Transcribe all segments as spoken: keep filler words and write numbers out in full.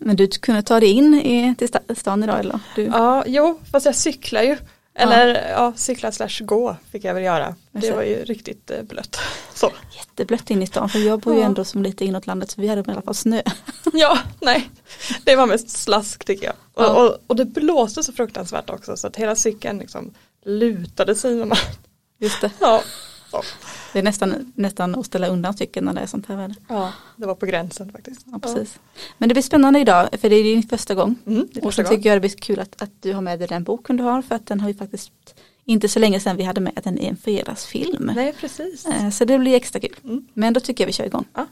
Men du kunde ta dig in i, till stan idag eller? Du... Ja, jo, fast jag cyklar ju. Eller ja, ja cykla slash gå fick jag väl göra. Det var ju riktigt eh, blött. Så. Jätteblött in i stan, för jag bor ju ja. ändå som lite inåt landet, så vi hade i alla fall snö. Ja, nej. Det var mest slask tycker jag. Och, ja. och, och det blåste så fruktansvärt också, så att hela cykeln liksom lutade sig. När man... Just det. Ja. Så. Det är nästan, nästan att ställa undan cykeln när det är sånt här väder. Ja, det var på gränsen faktiskt. Ja, precis. Ja. Men det blir spännande idag, för det är din första gång. Mm, första och så gång. tycker jag det blir kul att, att du har med dig den boken du har, för att den har ju faktiskt inte så länge sedan vi hade med den i en fredagsfilm. Nej, precis. Så det blir extra kul. Mm. Men då tycker jag vi kör igång. Ja.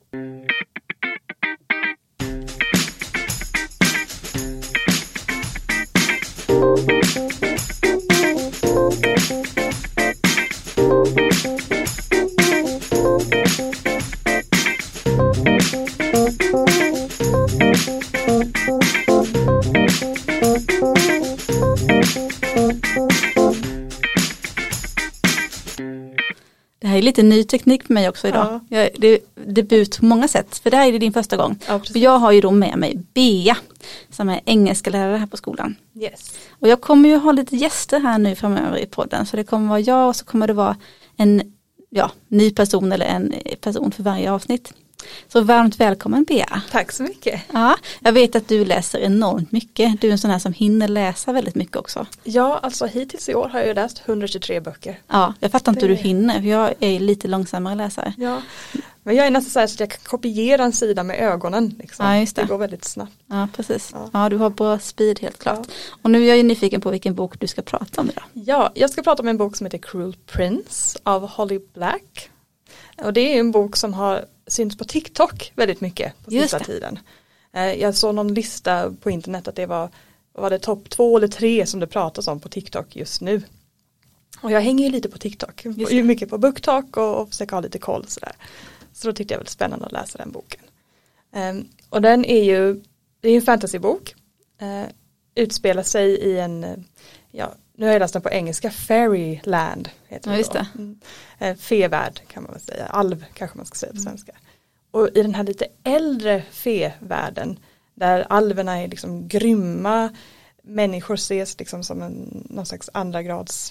Det här är lite ny teknik för mig också idag. Ja. Jag, det är debut på många sätt, för det här är det din första gång. Ja, för jag har ju då med mig Bea som är engelska lärare här på skolan. Yes. Och jag kommer ju ha lite gäster här nu framöver i podden, så det kommer vara jag och så kommer det vara en ja, ny person eller en person för varje avsnitt. Så varmt välkommen Bea. Tack så mycket. Ja, jag vet att du läser enormt mycket. Du är en sån här som hinner läsa väldigt mycket också. Ja, alltså hittills i år har jag ju läst hundratjugotre böcker. Ja, jag fattar inte det... hur du hinner, för jag är lite långsammare läsare. Ja, men jag är nästan så här så att jag kan kopiera en sida med ögonen. Liksom. Ja, just det. Det går väldigt snabbt. Ja, precis. Ja, ja du har bra speed helt klart. Ja. Och nu är jag ju nyfiken på vilken bok du ska prata om idag. Ja, jag ska prata om en bok som heter Cruel Prince av Holly Black. Och det är en bok som har synts på TikTok väldigt mycket på sista tiden. Jag såg någon lista på internet att det var, var det topp två eller tre som det pratas om på TikTok just nu. Och jag hänger ju lite på TikTok. Ju mycket på BookTok och, och försöker ha lite koll sådär. Så då tyckte jag väl spännande att läsa den boken. Um, och den är ju, det är en fantasybok. Uh, utspelar sig i en, ja, nu har jag läst den på engelska, Fairyland heter ja, det just det. Mm. Uh, fevärld kan man väl säga, alv kanske man ska säga på svenska. Mm. Och i den här lite äldre fevärlden, där alverna är liksom grymma, människor ses liksom som en, någon slags andra grads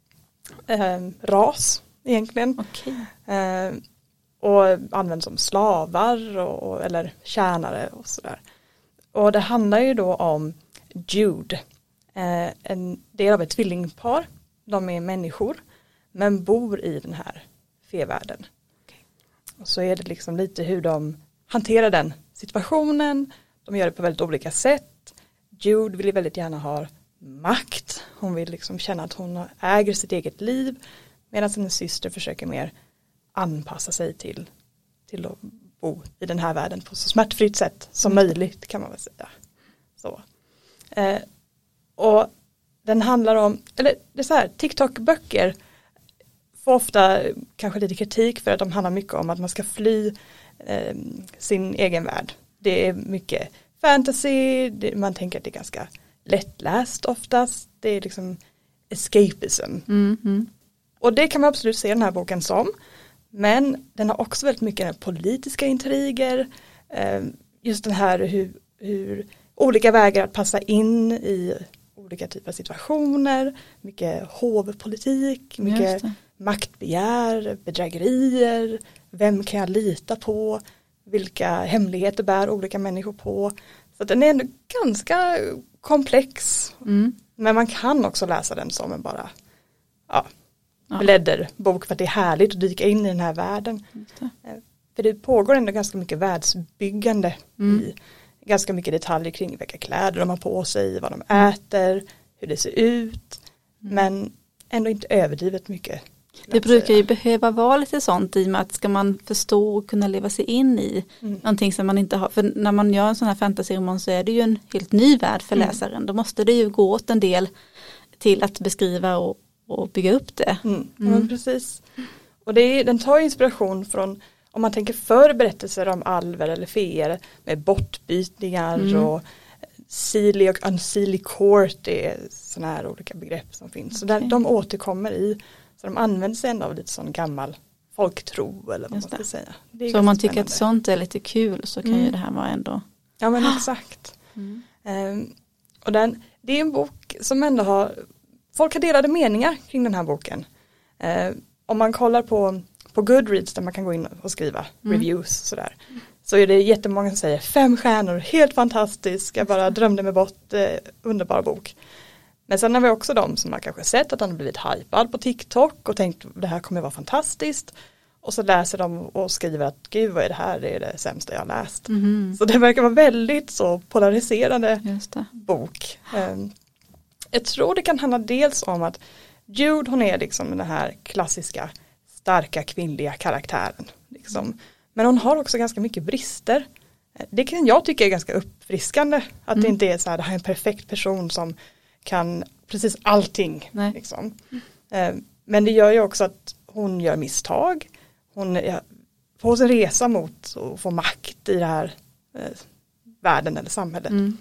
uh, ras egentligen. Okay. Uh, och används som slavar och, eller tjänare och sådär. Och det handlar ju då om Jude, eh, en del av ett tvillingpar. De är människor men bor i den här fevärlden. Okay. Och så är det liksom lite hur de hanterar den situationen. De gör det på väldigt olika sätt. Jude vill väldigt gärna ha makt. Hon vill liksom känna att hon äger sitt eget liv, medan hennes syster försöker mer anpassa sig till, till att bo i den här världen på så smärtfritt sätt som mm. möjligt, kan man väl säga. Så. Eh, och den handlar om, eller det är så här, TikTok-böcker får ofta kanske lite kritik för att de handlar mycket om att man ska fly eh, sin egen värld. Det är mycket fantasy, det, man tänker att det är ganska lättläst oftast. Det är liksom escapism. Mm, mm. Och det kan man absolut se den här boken som. Men den har också väldigt mycket politiska intriger. Just den här hur, hur olika vägar att passa in i olika typer av situationer. Mycket hovpolitik, mycket maktbegär, bedrägerier. Vem kan jag lita på? Vilka hemligheter bär olika människor på? Så den är ändå ganska komplex. Mm. Men man kan också läsa den som en bara... ja. blädderbok, för att det är härligt att dyka in i den här världen. Det. För det pågår ändå ganska mycket världsbyggande mm. i ganska mycket detaljer kring vilka kläder de har på sig, vad de äter, hur det ser ut, mm. men ändå inte överdrivet mycket. Det brukar ju behöva vara lite sånt i och med att ska man förstå och kunna leva sig in i mm. någonting som man inte har, för när man gör en sån här fantasyroman så är det ju en helt ny värld för mm. läsaren. Då måste det ju gå åt en del till att beskriva och och bygga upp det. Mm. Mm. Ja, precis. Och det är, den tar inspiration från, om man tänker för berättelser om alver eller feer med bortbytningar mm. och Seelie och unseelie court, det är sådana här olika begrepp som finns. Så okay. där, de återkommer i, så de använder sig ändå av lite sån gammal folktro eller vad man ska säga. Så om man tycker att sånt är lite kul så kan mm. ju det här vara ändå Ja men exakt. Mm. Um, och den, det är en bok som ändå har, folk har delade meningar kring den här boken. Uh, om man kollar på, på Goodreads där man kan gå in och skriva mm. reviews sådär. Så är det jättemånga som säger fem stjärnor, helt fantastisk, jag bara drömde mig bort, eh, underbar bok. Men sen har vi också de som har kanske sett att han har blivit hypad på TikTok och tänkt det här kommer vara fantastiskt. Och så läser de och skriver att gud vad är det här, det är det sämsta jag har läst. Mm. Så det verkar vara väldigt så polariserande bok. Um, jag tror det kan handla dels om att Jude hon är liksom den här klassiska starka kvinnliga karaktären. Liksom. Men hon har också ganska mycket brister. Det kan jag tycka är ganska uppfriskande. Att mm. det inte är så här, det här är en perfekt person som kan precis allting. Liksom. Mm. Men det gör ju också att hon gör misstag. Hon är på sin resa mot att få makt i det här eh, världen eller samhället. Mm.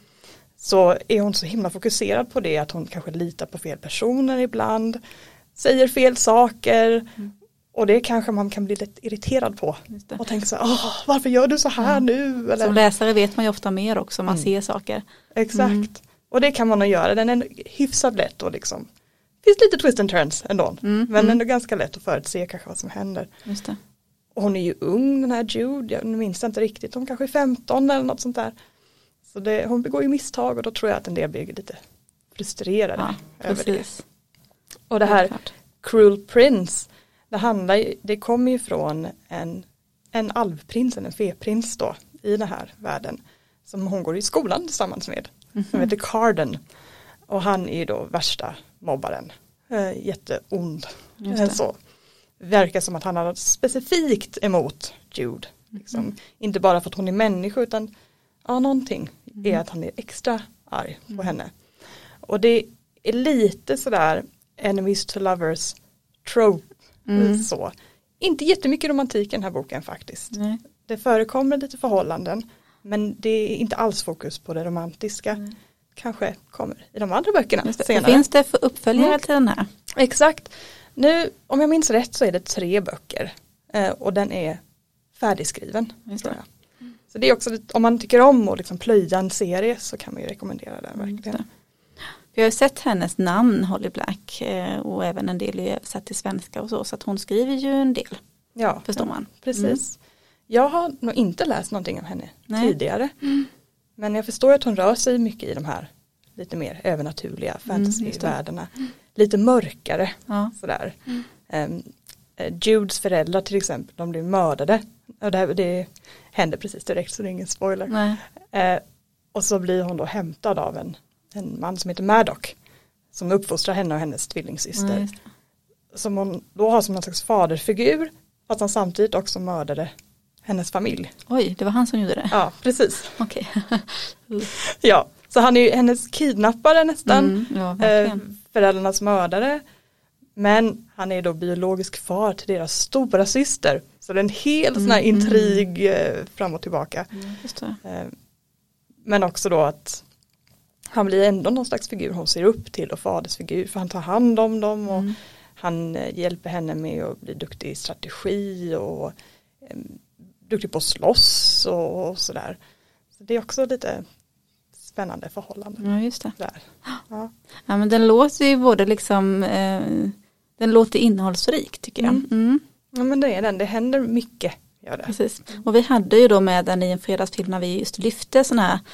Så är hon så himla fokuserad på det att hon kanske litar på fel personer ibland. Säger fel saker. Mm. Och det kanske man kan bli lite irriterad på. Och tänka så här, varför gör du så här ja. nu? Eller? Som läsare vet man ju ofta mer också, man mm. ser saker. Exakt. Mm. Och det kan man nog göra. Den är hyfsat lätt och liksom, det finns lite twist and turns ändå. Mm. Men mm. ändå ganska lätt att förutse kanske vad som händer. Just det. Och hon är ju ung den här Jude, jag minns inte riktigt, hon kanske är femton eller något sånt där. Så det, hon begår ju misstag och då tror jag att en del blir lite frustrerade ja, över det. Och det här Cruel Prince, det handlar det kommer ju från en, en alvprins, en feprins då i den här världen som hon går i skolan tillsammans med. Mm-hmm. Som heter Carden. Och han är ju då värsta mobbaren. Äh, jätteond. Äh, så. Verkar som att han har något specifikt emot Jude. Liksom. Mm. Inte bara för att hon är människa utan ja, någonting mm. är att han är extra arg på mm. henne. Och det är lite sådär enemies to lovers trope. Mm. Så. Inte jättemycket romantik i den här boken faktiskt. Nej. Det förekommer lite förhållanden men det är inte alls fokus på det romantiska. Nej. Kanske kommer i de andra böckerna det, senare. Finns det för uppföljare mm. till den här? Exakt. Nu, om jag minns rätt så är det tre böcker eh, och den är färdigskriven. Just tror jag. Mm. Så det är också, om man tycker om att liksom plöja en serie så kan man ju rekommendera den verkligen. Mm. Jag har sett hennes namn Holly Black eh, och även en del är översatt till svenska och så, så att hon skriver ju en del. Ja, förstår man. Precis. Mm. Jag har nog inte läst någonting av henne Nej. tidigare. Mm. Men jag förstår att hon rör sig mycket i de här lite mer övernaturliga fantasyvärldarna. Mm, lite mörkare. Ja. Sådär. Mm. Um, Judes föräldrar till exempel, de blev mördade. Och det, här, det hände precis direkt så det är ingen spoiler. Uh, och så blir hon då hämtad av en, en man som heter Maddock. Som uppfostrar henne och hennes tvillingsyster. Mm, som hon då har som någon slags faderfigur. Fast han samtidigt också mördade hennes familj. Oj, det var han som gjorde det? Ja, precis. Okej. Okay. Ja, så han är ju hennes kidnappare nästan. Mm, ja, eh, föräldrarnas mördare. Men han är då biologisk far till deras stora syster. Så det är en hel mm, sån här intrig eh, fram och tillbaka. Mm, just det. Eh, men också då att han blir ändå någon slags figur hon ser upp till och fadersfigur. För han tar hand om dem och mm. han eh, hjälper henne med att bli duktig i strategi och eh, duktig på att slåss och, och sådär. Så det är också lite spännande förhållanden. Ja, just det. Där. Ja. Ja, men den låter ju både liksom eh, den låter innehållsrik tycker jag. Mm. Mm. Ja, men det är den. Det händer mycket. Gör det. Precis. Och vi hade ju då med den i en fredagsfilm när vi just lyfte sådana här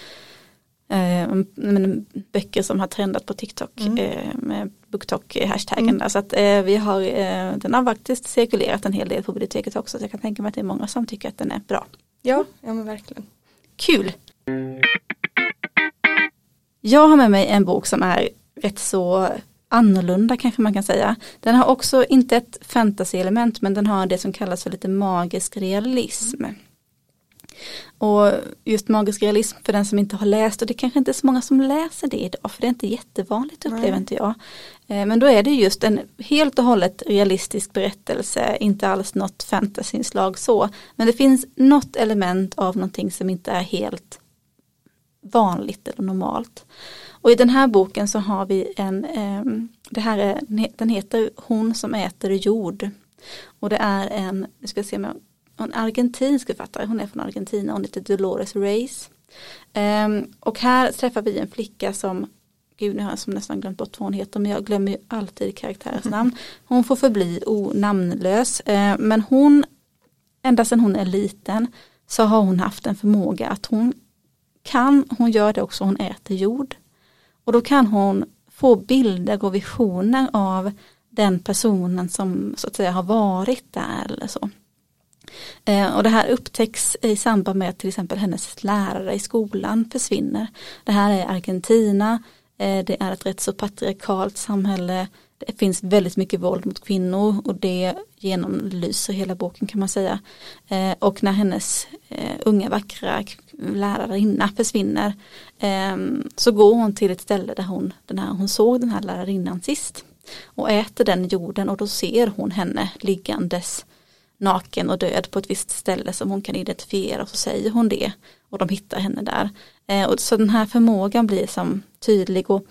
eh, böcker som har trendat på TikTok mm. eh, med BookTok-hashtaggen mm. där. Så att eh, vi har, eh, den har faktiskt cirkulerat en hel del på biblioteket också. Så jag kan tänka mig att det är många som tycker att den är bra. Ja, ja men verkligen. Kul! Jag har med mig en bok som är rätt så annorlunda kanske man kan säga. Den har också inte ett fantasy-element men den har det som kallas för lite magisk realism. Mm. Och just magisk realism för den som inte har läst, och det kanske inte är så många som läser det idag för det är inte jättevanligt upplever inte jag. Men då är det just en helt och hållet realistisk berättelse, inte alls något fantasy-inslag så. Men det finns något element av någonting som inte är helt vanligt eller normalt. Och i den här boken så har vi en, eh, det här är, den heter Hon som äter jord. Och det är en, nu ska jag se om jag, en argentinsk författare, hon är från Argentina, hon heter Dolores Reis. Eh, och här träffar vi en flicka som, gud nu har jag som nästan glömt bort vad hon heter, men jag glömmer ju alltid karaktärens namn. Hon får förbli onamnlös, eh, men hon, ända sedan hon är liten så har hon haft en förmåga att hon kan, hon gör det också, hon äter jord. Och då kan hon få bilder och visioner av den personen som så att säga har varit där eller så. Eh, och det här upptäcks i samband med att till exempel hennes lärare i skolan försvinner. Det här är Argentina, eh, det är ett rätt så patriarkalt samhälle. Det finns väldigt mycket våld mot kvinnor och det genomlyser hela boken kan man säga. Eh, och när hennes eh, unga vackra lärarinna försvinner eh, så går hon till ett ställe där hon, den här, hon såg den här lärarinnan sist. Och äter den jorden och då ser hon henne liggandes naken och död på ett visst ställe som hon kan identifiera och så säger hon det. Och de hittar henne där. Eh, och så den här förmågan blir som tydlig och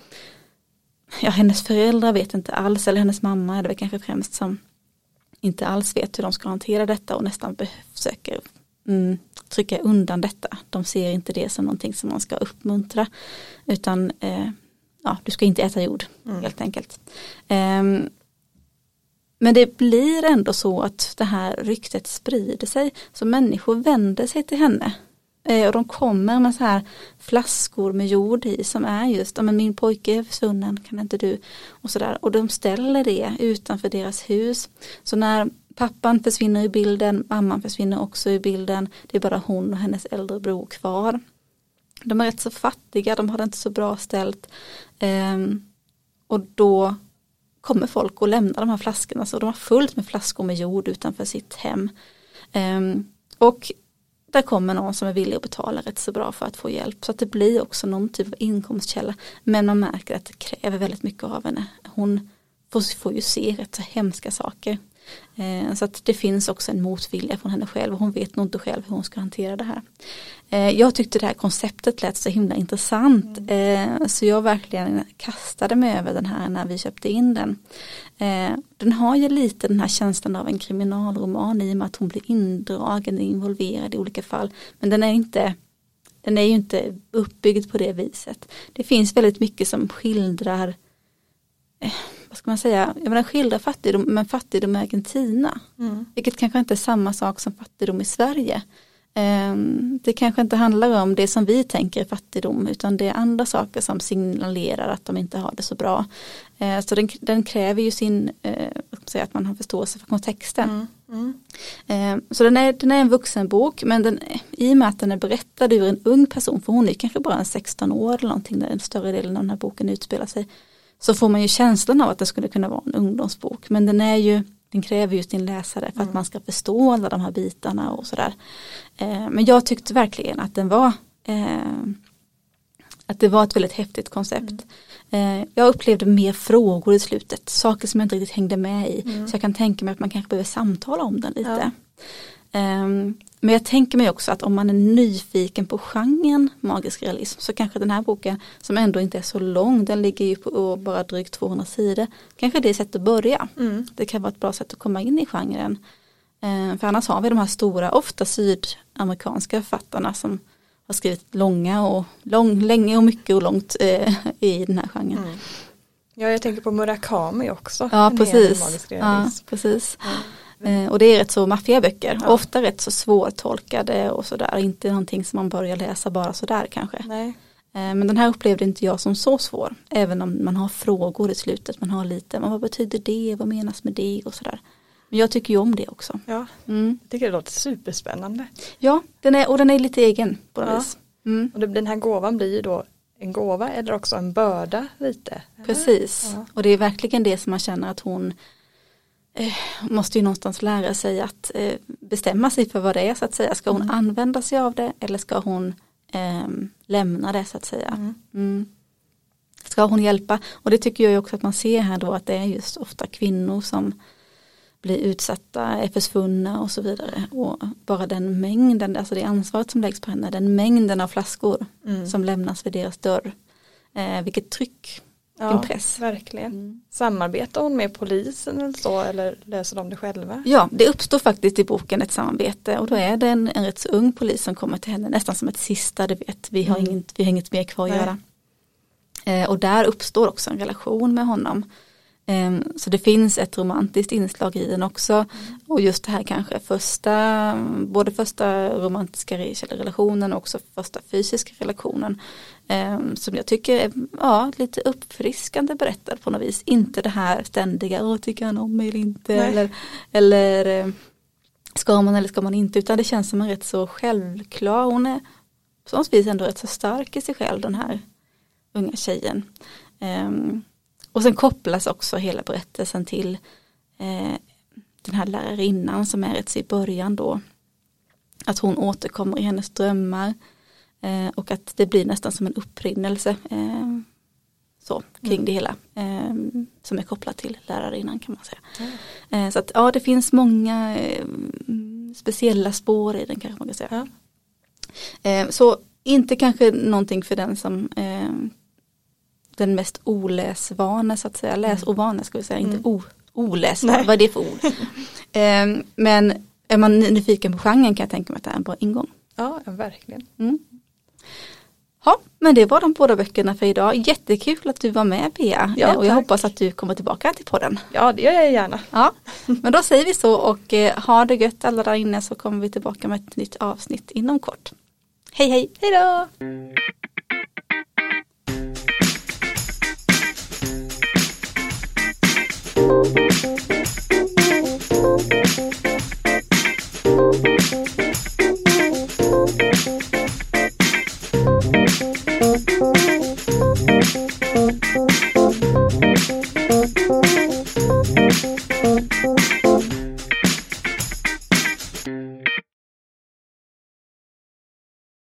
ja, hennes föräldrar vet inte alls, eller hennes mamma är det väl kanske främst som inte alls vet hur de ska hantera detta och nästan försöker mm, trycka undan detta. De ser inte det som någonting som man ska uppmuntra utan eh, ja, du ska inte äta jord mm. helt enkelt. Um, men det blir ändå så att det här ryktet sprider sig så människor vänder sig till henne. Och de kommer med så här flaskor med jord i som är just, ja men min pojke är försvunnen, kan inte du? Och sådär. Och de ställer det utanför deras hus. Så när pappan försvinner i bilden, mamman försvinner också i bilden. Det är bara hon och hennes äldre bror kvar. De är rätt så fattiga, de har det inte så bra ställt. Um, och då kommer folk och lämnar de här flaskorna. Så de har fullt med flaskor med jord utanför sitt hem. Um, och där kommer någon som är villig att betala rätt så bra för att få hjälp. Så att det blir också någon typ av inkomstkälla. Men man märker att det kräver väldigt mycket av henne. Hon får, får ju se rätt så hemska saker. Eh, så att det finns också en motvilja från henne själv. Och hon vet nog inte själv hur hon ska hantera det här. Eh, jag tyckte det här konceptet lät så himla intressant. Eh, så jag verkligen kastade mig över den här när vi köpte in den. Eh, den har ju lite den här känslan av en kriminalroman i och med att hon blir indragen och involverad i olika fall. Men den är inte, den är ju inte uppbyggd på det viset. Det finns väldigt mycket som skildrar eh, vad ska man säga, jag menar skildrar fattigdom, men fattigdom i Argentina. Mm. Vilket kanske inte är samma sak som fattigdom i Sverige. Um, det kanske inte handlar om det som vi tänker är fattigdom, utan det är andra saker som signalerar att de inte har det så bra. Uh, så den, den kräver ju sin, uh, vad ska man säga, att man har förståelse för kontexten. Mm. Mm. Uh, så den är, den är en vuxenbok, men den, i och med att den är berättad ur en ung person, för hon är kanske bara en sexton år eller någonting där den större delen av den här boken utspelar sig, så får man ju känslan av att det skulle kunna vara en ungdomsbok. Men den är ju, den kräver ju sin läsare för mm. att man ska förstå alla de här bitarna och sådär. Eh, men jag tyckte verkligen att den var eh, att det var ett väldigt häftigt koncept. Mm. Eh, jag upplevde mer frågor i slutet. Saker som jag inte riktigt hängde med i. Mm. Så jag kan tänka mig att man kanske behöver samtala om den lite. Ja. Um, men jag tänker mig också att om man är nyfiken på genren magisk realism så kanske den här boken som ändå inte är så lång, den ligger ju på bara drygt tvåhundra sidor, kanske det är ett sätt att börja. Mm. Det kan vara ett bra sätt att komma in i genren. Uh, för annars har vi de här stora, ofta sydamerikanska författarna som har skrivit långa och lång, länge och mycket och långt uh, i den här genren. Mm. Ja, jag tänker på Murakami också. Ja, precis. Ja, precis. Mm. Eh, och det är rätt så maffiaböcker. Ja. Ofta rätt så svårtolkade och sådär. Inte någonting som man börjar läsa bara sådär kanske. Nej. Eh, men den här upplevde inte jag som så svår. Även om man har frågor i slutet. Man har lite, men vad betyder det? Vad menas med det? Och sådär. Men jag tycker ju om det också. Ja, mm. jag tycker det låter superspännande. Ja, den är, och den är lite egen på något ja. vis. Mm. Och det, den här gåvan blir ju då en gåva eller också en börda lite. Precis. Ja. Och det är verkligen det som man känner att hon måste ju någonstans lära sig att eh, bestämma sig för vad det är så att säga. Ska hon mm. använda sig av det eller ska hon eh, lämna det så att säga. Mm. Mm. Ska hon hjälpa? Och det tycker jag ju också att man ser här då att det är just ofta kvinnor som blir utsatta, är försvunna och så vidare. Och bara den mängden, alltså det ansvaret som läggs på henne, den mängden av flaskor mm. som lämnas vid deras dörr. Eh, vilket tryck ja, impress. Verkligen. Mm. Samarbetar hon med polisen eller så, eller löser de det själva? Ja, det uppstår faktiskt i boken ett samarbete och då är det en, en rätt så ung polis som kommer till henne nästan som ett sista, du vet, vi har, mm. inget, vi har inget mer kvar att Nej. göra. Eh, och där uppstår också en relation med honom. Eh, så det finns ett romantiskt inslag i den också. Mm. Och just det här kanske första, både första romantiska relationen och också första fysiska relationen. Eh, som jag tycker är ja, lite uppfriskande berättad på något vis. Inte det här ständiga, åh tycker han om mig eller inte. Nej. Eller, eller eh, ska man eller ska man inte. Utan det känns som en rätt så självklar. Hon är på något vis ändå rätt så stark i sig själv, den här unga tjejen. Um, och sen kopplas också hela berättelsen till uh, den här lärarinnan som är rätt så i början då. Att hon återkommer i hennes drömmar uh, och att det blir nästan som en upprinnelse uh, så, kring mm. det hela. Uh, som är kopplat till lärarinnan kan man säga. Mm. Uh, så att ja, det finns många uh, speciella spår i den kanske man kan säga. Mm. Uh, så inte kanske någonting för den som uh, den mest oläsvana så att säga, läsovana ska vi säga, mm. inte o, oläsvana, vad är det för ord? um, men är man nyfiken på genren kan jag tänka mig att det är en bra ingång. Ja, verkligen. Mm. Ja, men det var de båda böckerna för idag. Jättekul att du var med, Bea. Ja, och jag tack. hoppas att du kommer tillbaka till podden. Ja, det gör jag gärna. Ja, men då säger vi så och eh, ha det gött alla där inne så kommer vi tillbaka med ett nytt avsnitt inom kort. Hej hej! Hej då!